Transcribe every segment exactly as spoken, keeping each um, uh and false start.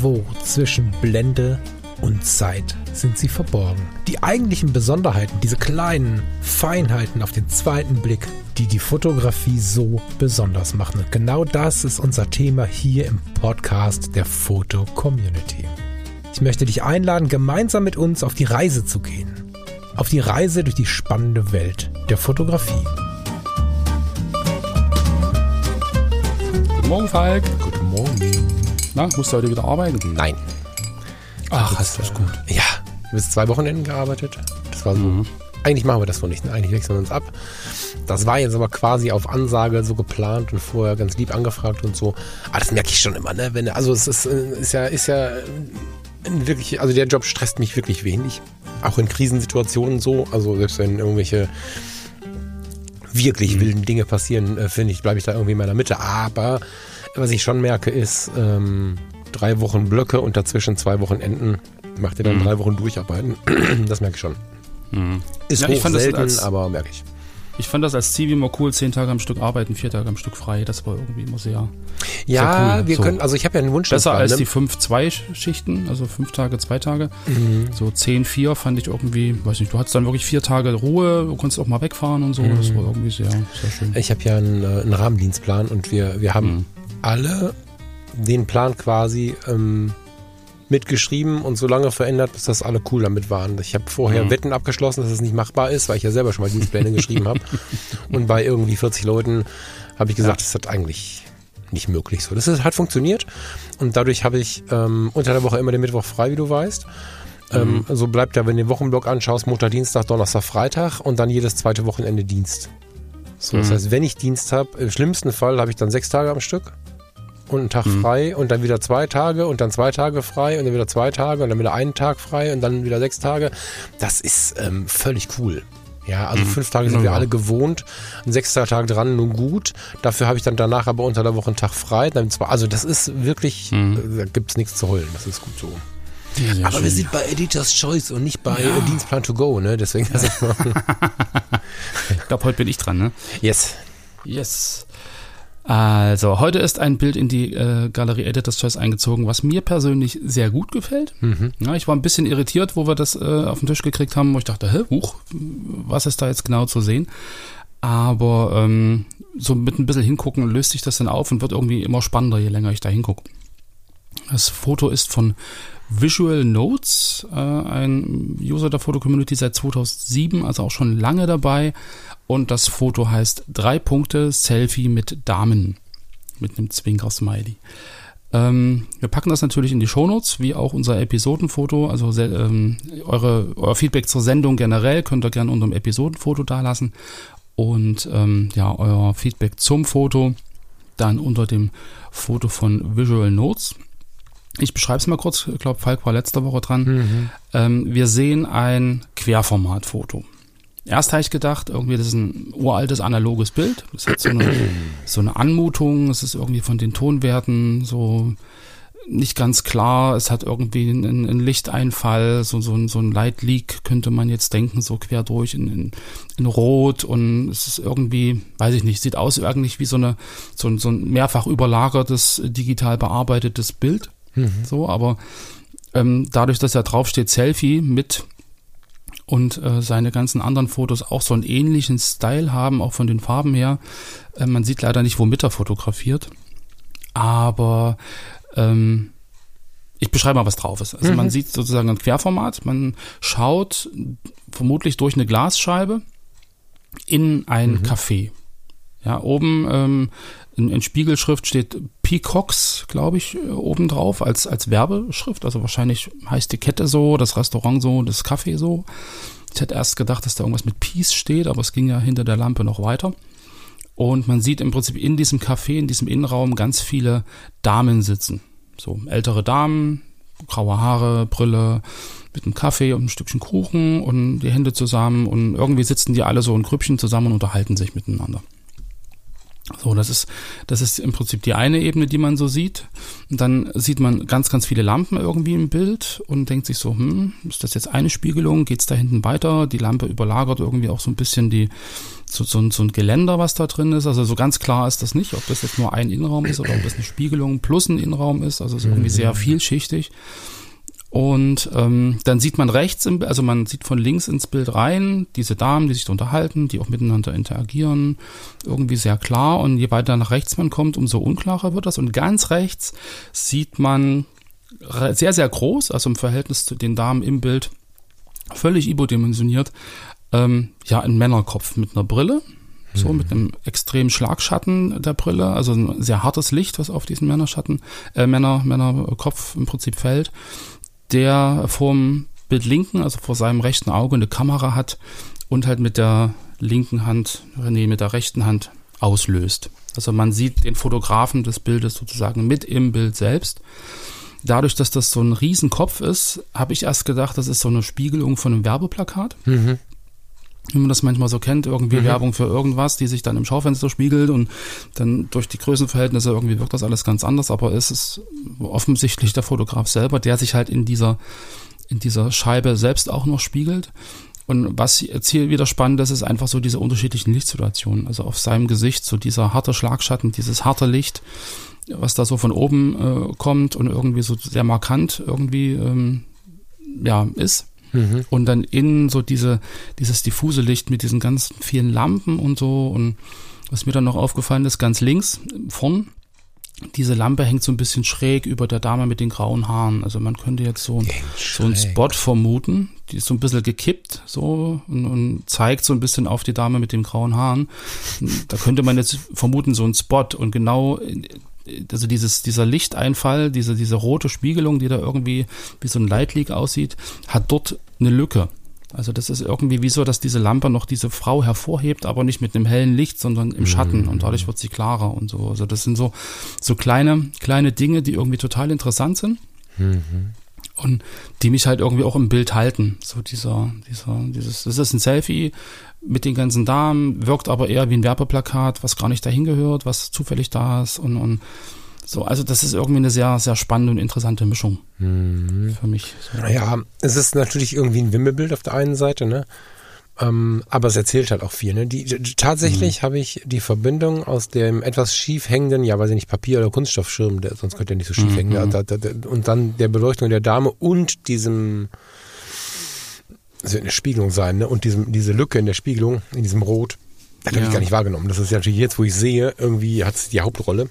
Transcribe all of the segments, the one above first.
Irgendwo zwischen Blende und Zeit sind sie verborgen. Die eigentlichen Besonderheiten, diese kleinen Feinheiten auf den zweiten Blick, die die Fotografie so besonders machen. Und genau das ist unser Thema hier im Podcast der Foto-Community. Ich möchte dich einladen, gemeinsam mit uns auf die Reise zu gehen. Auf die Reise durch die spannende Welt der Fotografie. Guten Morgen, Falk. Guten Morgen. Na, musst du heute wieder arbeiten? Nein. Ach, das ist gut. Ja, ich habe jetzt zwei Wochenenden gearbeitet. Das war so. Mhm. Eigentlich machen wir das wohl nicht. Ne? Eigentlich wechseln wir uns ab. Das war jetzt aber quasi auf Ansage so geplant und vorher ganz lieb angefragt und so. Aber das merke ich schon immer, ne? Wenn, also es ist, ist ja, ist ja wirklich, also der Job stresst mich wirklich wenig. Auch in Krisensituationen so. Also selbst wenn irgendwelche wirklich mhm. wilden Dinge passieren, äh, finde ich, bleibe ich da irgendwie in meiner Mitte. Aber was ich schon merke, ist ähm, drei Wochen Blöcke und dazwischen zwei Wochenenden. Macht ihr dann mhm. drei Wochen durcharbeiten. Das merke ich schon. Mhm. Ist ja, hoch ich fand selten, das als, aber merke ich. Ich fand das als Zivi immer cool, zehn Tage am Stück arbeiten, vier Tage am Stück frei. Das war irgendwie immer sehr, ja, sehr cool. wir so. können, also ich habe ja einen Wunsch. Besser als ne? die fünf zwei Schichten, also fünf Tage, zwei Tage. Mhm. So zehn vier fand ich irgendwie, weiß nicht, du hattest dann wirklich vier Tage Ruhe, du konntest auch mal wegfahren und so. Mhm. Das war irgendwie sehr, sehr schön. Ich habe ja einen, einen Rahmendienstplan und wir, wir haben mhm. alle den Plan quasi ähm, mitgeschrieben und so lange verändert, bis das alle cool damit waren. Ich habe vorher mhm. Wetten abgeschlossen, dass es nicht machbar ist, weil ich ja selber schon mal Dienstpläne geschrieben habe. Und bei irgendwie vierzig Leuten habe ich gesagt, ja. das ist eigentlich nicht möglich so. Das ist, hat funktioniert und dadurch habe ich ähm, unter der Woche immer den Mittwoch frei, wie du weißt. Mhm. Ähm, so bleibt ja, wenn du den Wochenblock anschaust, Montag, Dienstag, Donnerstag, Freitag und dann jedes zweite Wochenende Dienst. So, mhm. Das heißt, wenn ich Dienst habe, im schlimmsten Fall habe ich dann sechs Tage am Stück. Und einen Tag mhm. frei und dann wieder zwei Tage und dann zwei Tage frei und dann wieder zwei Tage und dann wieder einen Tag frei und dann wieder sechs Tage. Das ist ähm, völlig cool. Ja, also mhm. fünf Tage sind ja. wir alle gewohnt. Ein sechster Tag dran, nun gut. Dafür habe ich dann danach aber unter der Woche einen Tag frei. Dann zwar, also das ist wirklich, mhm. da gibt es nichts zu heulen. Das ist gut so. Ja, aber schön. Wir sind bei Editor's Choice und nicht bei ja. Dienstplan to go, ne? Deswegen. ich glaube, heute bin ich dran, ne? Yes. Yes. Also, heute ist ein Bild in die äh, Galerie Editor's Choice eingezogen, was mir persönlich sehr gut gefällt. Mhm. Ja, ich war ein bisschen irritiert, wo wir das äh, auf den Tisch gekriegt haben, wo ich dachte, hä, huch, was ist da jetzt genau zu sehen? Aber ähm, so mit ein bisschen hingucken löst sich das dann auf und wird irgendwie immer spannender, je länger ich da hingucke. Das Foto ist von Visual Notes, äh, ein User der Foto-Community seit zweitausendsieben, also auch schon lange dabei. Und das Foto heißt drei Punkte Selfie mit Damen, mit einem Zwinker-Smiley. Ähm, wir packen das natürlich in die Shownotes, wie auch unser Episodenfoto. Also ähm, eure, euer Feedback zur Sendung generell könnt ihr gerne unter dem Episodenfoto dalassen. Und ähm, ja, euer Feedback zum Foto dann unter dem Foto von Visual Notes. Ich beschreibe es mal kurz, ich glaube, Falk war letzte Woche dran. Mhm. Ähm, wir sehen ein Querformatfoto. Erst habe ich gedacht, irgendwie das ist ein uraltes, analoges Bild. Das hat so eine, so eine Anmutung, es ist irgendwie von den Tonwerten so nicht ganz klar. Es hat irgendwie einen, einen Lichteinfall, so, so, so ein Light Leak könnte man jetzt denken, so quer durch in, in, in Rot. Und es ist irgendwie, weiß ich nicht, sieht aus eigentlich wie so, eine, so, so ein mehrfach überlagertes, digital bearbeitetes Bild. Mhm. So, aber ähm, dadurch, dass ja draufsteht Selfie mit und äh, seine ganzen anderen Fotos auch so einen ähnlichen Style haben, auch von den Farben her. Äh, man sieht leider nicht, womit er fotografiert. Aber ähm, ich beschreibe mal, was drauf ist. Also mhm. man sieht sozusagen ein Querformat. Man schaut vermutlich durch eine Glasscheibe in ein mhm. Café. Ja, oben ähm, in, in Spiegelschrift steht Peacocks, glaube ich, oben drauf als, als Werbeschrift. Also wahrscheinlich heißt die Kette so, das Restaurant so, das Café so. Ich hätte erst gedacht, dass da irgendwas mit Peace steht, aber es ging ja hinter der Lampe noch weiter. Und man sieht im Prinzip in diesem Café, in diesem Innenraum ganz viele Damen sitzen. So ältere Damen, graue Haare, Brille, mit einem Kaffee und ein Stückchen Kuchen und die Hände zusammen. Und irgendwie sitzen die alle so in Grüppchen zusammen und unterhalten sich miteinander. So, das ist, das ist im Prinzip die eine Ebene, die man so sieht. Und dann sieht man ganz, ganz viele Lampen irgendwie im Bild und denkt sich so, hm, ist das jetzt eine Spiegelung? Geht's da hinten weiter? Die Lampe überlagert irgendwie auch so ein bisschen die, so, so, ein, so ein Geländer, was da drin ist. Also so ganz klar ist das nicht, ob das jetzt nur ein Innenraum ist oder ob das eine Spiegelung plus ein Innenraum ist. Also es ist irgendwie sehr vielschichtig. Und ähm, dann sieht man rechts, im, also man sieht von links ins Bild rein, diese Damen, die sich da unterhalten, die auch miteinander interagieren, irgendwie sehr klar. Und je weiter nach rechts man kommt, umso unklarer wird das. Und ganz rechts sieht man sehr, sehr groß, also im Verhältnis zu den Damen im Bild, völlig überdimensioniert, ähm, ja, ein Männerkopf mit einer Brille. So, mit einem extremen Schlagschatten der Brille, also ein sehr hartes Licht, was auf diesen Männerschatten, äh, Männer, Männerkopf im Prinzip fällt, der vorm Bild linken, also vor seinem rechten Auge eine Kamera hat und halt mit der linken Hand, nee, mit der rechten Hand auslöst. Also man sieht den Fotografen des Bildes sozusagen mit im Bild selbst. Dadurch, dass das so ein Riesenkopf ist, habe ich erst gedacht, das ist so eine Spiegelung von einem Werbeplakat. Mhm. Wie man das manchmal so kennt, irgendwie mhm. Werbung für irgendwas, die sich dann im Schaufenster spiegelt und dann durch die Größenverhältnisse irgendwie wirkt das alles ganz anders, aber es ist offensichtlich der Fotograf selber, der sich halt in dieser, in dieser Scheibe selbst auch noch spiegelt. Und was jetzt hier wieder spannend ist, ist einfach so diese unterschiedlichen Lichtsituationen. Also auf seinem Gesicht so dieser harte Schlagschatten, dieses harte Licht, was da so von oben äh, kommt und irgendwie so sehr markant irgendwie ähm, ja ist. Mhm. Und dann innen so diese, dieses diffuse Licht mit diesen ganz vielen Lampen und so. Und was mir dann noch aufgefallen ist, ganz links vorn, diese Lampe hängt so ein bisschen schräg über der Dame mit den grauen Haaren. Also man könnte jetzt so, so einen Spot vermuten, die ist so ein bisschen gekippt so und, und zeigt so ein bisschen auf die Dame mit den grauen Haaren. Da könnte man jetzt vermuten, so ein Spot und genau, also dieses, dieser Lichteinfall, diese, diese rote Spiegelung, die da irgendwie wie so ein Lightleak aussieht, hat dort eine Lücke. Also das ist irgendwie wie so, dass diese Lampe noch diese Frau hervorhebt, aber nicht mit einem hellen Licht, sondern im Schatten mhm. und dadurch wird sie klarer und so. Also das sind so, so kleine, kleine Dinge, die irgendwie total interessant sind mhm. und die mich halt irgendwie auch im Bild halten. So dieser, dieser, dieses, das ist ein Selfie mit den ganzen Damen, wirkt aber eher wie ein Werbeplakat, was gar nicht dahin gehört, was zufällig da ist und, und so, also das ist irgendwie eine sehr, sehr spannende und interessante Mischung mhm. für mich. So. Naja, es ist natürlich irgendwie ein Wimmelbild auf der einen Seite, ne? Ähm, aber es erzählt halt auch viel, ne? Die, die, tatsächlich mhm. habe ich die Verbindung aus dem etwas schief hängenden, ja, weiß ich nicht, Papier- oder Kunststoffschirm, der, sonst könnte der nicht so schief mhm. hängen, da, da, da, und dann der Beleuchtung der Dame und diesem, das wird eine Spiegelung sein, ne? Und diesem, diese Lücke in der Spiegelung, in diesem Rot, das habe ja. ich gar nicht wahrgenommen. Das ist ja natürlich jetzt, wo ich sehe, irgendwie hat es die Hauptrolle.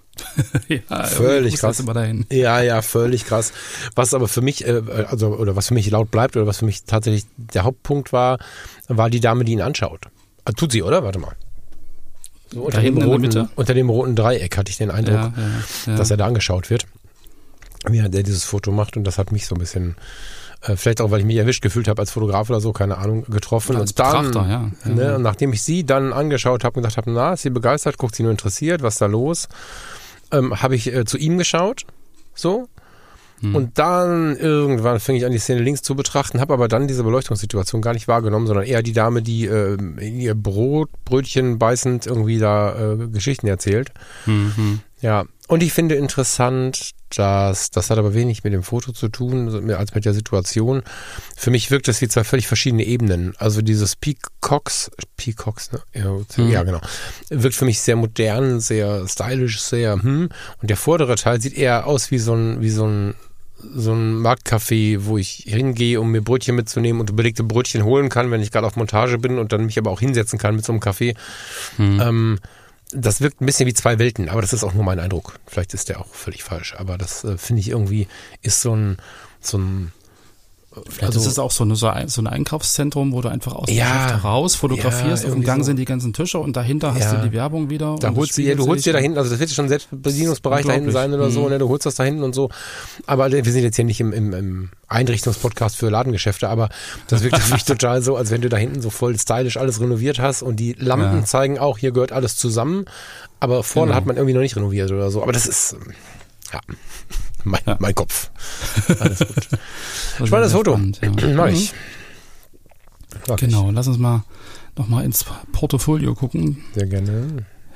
ja, völlig krass. Immer dahin. Ja, ja, völlig krass. Was aber für mich, äh, also oder was für mich laut bleibt oder was für mich tatsächlich der Hauptpunkt war, war die Dame, die ihn anschaut. Also, tut sie, oder? Warte mal. So unter, dem roten, unter dem roten Dreieck hatte ich den Eindruck, ja, ja, ja. dass er da angeschaut wird, wie er dieses Foto macht, und das hat mich so ein bisschen, äh, vielleicht auch, weil ich mich erwischt gefühlt habe als Fotograf oder so, keine Ahnung, getroffen. Oder als und dann, Betrachter, ja. ja. Ne, und nachdem ich sie dann angeschaut habe und gedacht habe, na, ist sie begeistert, guckt sie nur interessiert, was ist da los? Ähm, habe ich äh, zu ihm geschaut, so, hm. und dann irgendwann fing ich an, die Szene links zu betrachten, habe aber dann diese Beleuchtungssituation gar nicht wahrgenommen, sondern eher die Dame, die äh, in ihr Brot, Brötchen beißend irgendwie da äh, Geschichten erzählt. Mhm. Ja, und ich finde interessant, dass, das hat aber wenig mit dem Foto zu tun, als mit der Situation. Für mich wirkt das wie zwei völlig verschiedene Ebenen. Also dieses Peacocks, Peacocks, ne? Ja, mhm. ja, genau. Wirkt für mich sehr modern, sehr stylisch, sehr, hm. Und der vordere Teil sieht eher aus wie so ein, wie so ein, so ein Marktcafé, wo ich hingehe, um mir Brötchen mitzunehmen und belegte Brötchen holen kann, wenn ich gerade auf Montage bin und dann mich aber auch hinsetzen kann mit so einem Kaffee. Mhm. Ähm, Das wirkt ein bisschen wie zwei Welten, aber das ist auch nur mein Eindruck. Vielleicht ist der auch völlig falsch, aber das äh, finde ich irgendwie ist so ein, so ein Vielleicht also, ist es auch so, eine, so ein Einkaufszentrum, wo du einfach aus dem ja, Geschäft heraus fotografierst, ja, auf dem Gang so. sind die ganzen Tische und dahinter hast ja. du die Werbung wieder. Da holst du, ja, du holst dir da hinten, also das wird schon ein Selbstbedienungsbereich da hinten sein oder mhm. so, ne? Du holst das da hinten und so. Aber wir sind jetzt hier nicht im, im, im Einrichtungspodcast für Ladengeschäfte, aber das wirkt für mich total so, als wenn du da hinten so voll stylisch alles renoviert hast und die Lampen ja. zeigen auch, hier gehört alles zusammen, aber vorne genau. hat man irgendwie noch nicht renoviert oder so. Aber das ist, ja, mein, ja. mein Kopf. Alles gut. Spannendes Foto. Spannend, ja. Mach ich. Mach genau, ich. Lass uns mal noch mal ins Portfolio gucken. Sehr gerne.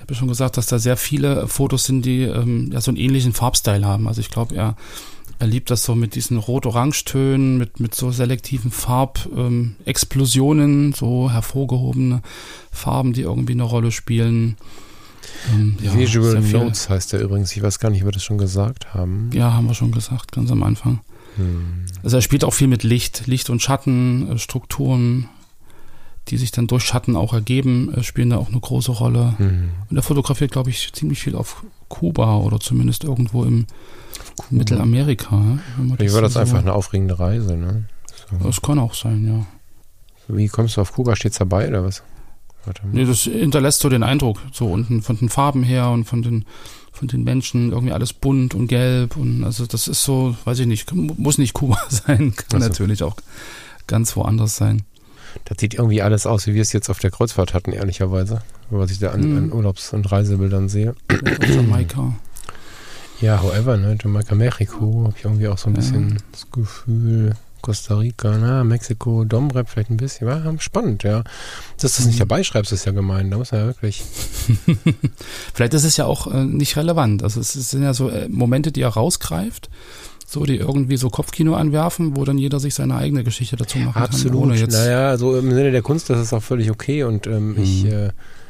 Ich habe ja schon gesagt, dass da sehr viele Fotos sind, die ähm, ja so einen ähnlichen Farbstyle haben. Also ich glaube, er, er liebt das so mit diesen Rot-Orange-Tönen, mit, mit so selektiven Farbexplosionen, ähm, so hervorgehobene Farben, die irgendwie eine Rolle spielen. Ähm, ja, Visual Notes heißt der übrigens. Ich weiß gar nicht, ob wir das schon gesagt haben. Ja, haben wir schon gesagt, ganz am Anfang. Hm. Also er spielt auch viel mit Licht, Licht und Schatten, Strukturen, die sich dann durch Schatten auch ergeben, spielen da auch eine große Rolle. Mhm. Und er fotografiert, glaube ich, ziemlich viel auf Kuba oder zumindest irgendwo im Mittelamerika. Wie war das so einfach eine aufregende Reise, ne? So. Das kann auch sein, ja. Wie kommst du auf Kuba? Steht's dabei oder was? Warte mal. Nee, das hinterlässt so den Eindruck, so unten von den Farben her und von den, von den Menschen, irgendwie alles bunt und gelb und also das ist so, weiß ich nicht, muss nicht Kuba sein, kann so. Natürlich auch ganz woanders sein. Das sieht irgendwie alles aus, wie wir es jetzt auf der Kreuzfahrt hatten, ehrlicherweise. Was ich da an, hm. an Urlaubs- und Reisebildern sehe. Jamaika. Ja, however, ne, Jamaika, Mexiko, habe ich irgendwie auch so ein ja. bisschen das Gefühl. Costa Rica, na, Mexiko, Domrep vielleicht ein bisschen. Ja, spannend, ja. Dass du das nicht dabei schreibst, ist ja gemein. Da muss man ja wirklich... Vielleicht ist es ja auch äh, nicht relevant. Also es sind ja so äh, Momente, die er rausgreift, so die irgendwie so Kopfkino anwerfen, wo dann jeder sich seine eigene Geschichte dazu machen kann. Absolut. Jetzt naja, so im Sinne der Kunst, das ist auch völlig okay und ähm, mhm. ich äh,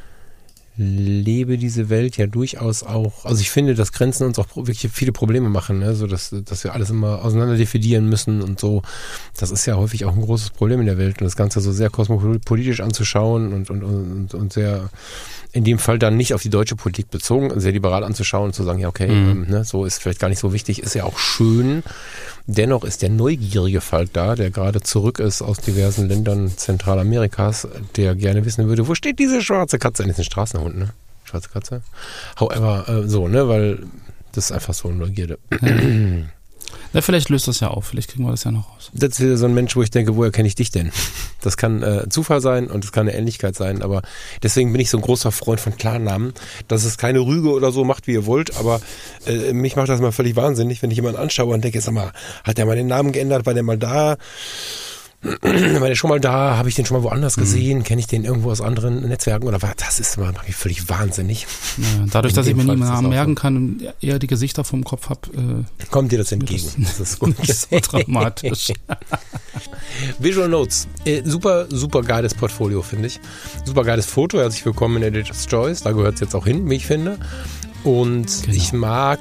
lebe diese Welt ja durchaus auch, also ich finde, dass Grenzen uns auch wirklich viele Probleme machen, ne? So dass, dass wir alles immer auseinander dividieren müssen und so. Das ist ja häufig auch ein großes Problem in der Welt und das Ganze so sehr kosmopolitisch anzuschauen und, und, und, und sehr in dem Fall dann nicht auf die deutsche Politik bezogen, sehr liberal anzuschauen und zu sagen, ja okay, mhm. ähm, ne, so ist vielleicht gar nicht so wichtig, ist ja auch schön. Dennoch ist der neugierige Falk da, der gerade zurück ist aus diversen Ländern Zentralamerikas, der gerne wissen würde, wo steht diese schwarze Katze? Das ist ein Straßenhund, ne? Schwarze Katze. However, äh, so, ne, weil das ist einfach so Neugierde. Ja, vielleicht löst das ja auf, vielleicht kriegen wir das ja noch raus. Das ist wieder so ein Mensch, wo ich denke, woher kenne ich dich denn? Das kann äh, Zufall sein und es kann eine Ähnlichkeit sein, aber deswegen bin ich so ein großer Freund von Klarnamen, dass es keine Rüge oder so macht, wie ihr wollt, aber äh, mich macht das mal völlig wahnsinnig, wenn ich jemanden anschaue und denke, sag mal, hat der mal den Namen geändert, war der mal da? War der schon mal da? Habe ich den schon mal woanders gesehen? Mhm. Kenne ich den irgendwo aus anderen Netzwerken? Oder was? Das ist immer völlig wahnsinnig. Ja, dadurch, dass ich mir nie mehr Namen merken kann und eher die Gesichter vom Kopf habe, äh, kommt dir das entgegen. Das, das ist gut. Das ist so dramatisch. Visual Notes. Äh, super, super geiles Portfolio, finde ich. Super geiles Foto. Herzlich willkommen in Editor's Choice. Da gehört es jetzt auch hin, wie ich finde. Und genau. Ich mag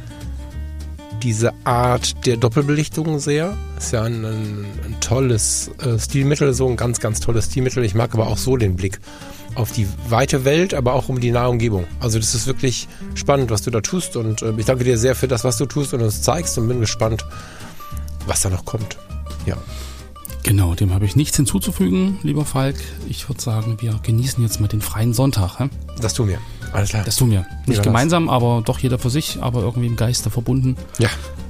diese Art der Doppelbelichtung sehr. Ist ja ein, ein, ein tolles äh, Stilmittel, so ein ganz, ganz tolles Stilmittel. Ich mag aber auch so den Blick auf die weite Welt, aber auch um die nahe Umgebung. Also das ist wirklich spannend, was du da tust und äh, ich danke dir sehr für das, was du tust und uns zeigst und bin gespannt, was da noch kommt. Ja. Genau, dem habe ich nichts hinzuzufügen, lieber Falk. Ich würde sagen, wir genießen jetzt mal den freien Sonntag. Hä? Das tun wir. Alles klar. Das tun wir. Nicht ja, gemeinsam, das. aber doch jeder für sich, aber irgendwie im Geiste verbunden. Ja.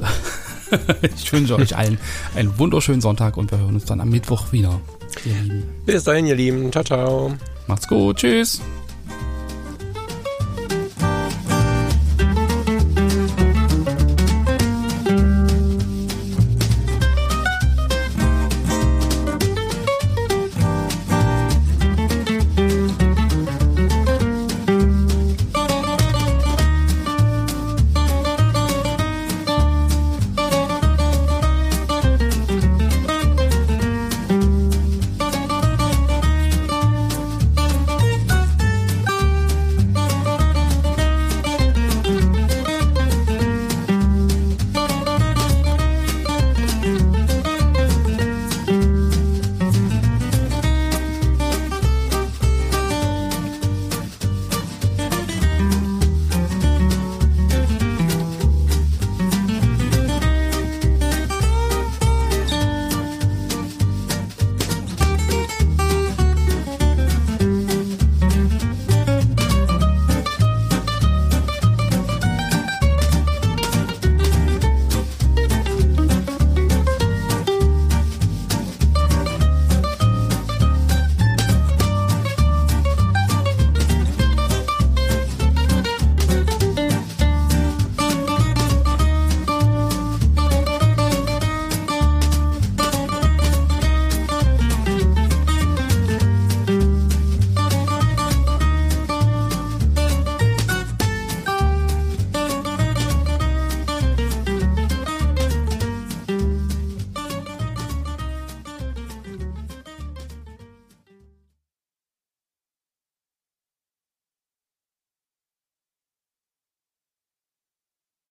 Ich wünsche euch allen einen wunderschönen Sonntag und wir hören uns dann am Mittwoch wieder. Ihr Lieben. Bis dahin, ihr Lieben. Ciao, ciao. Macht's gut. Tschüss.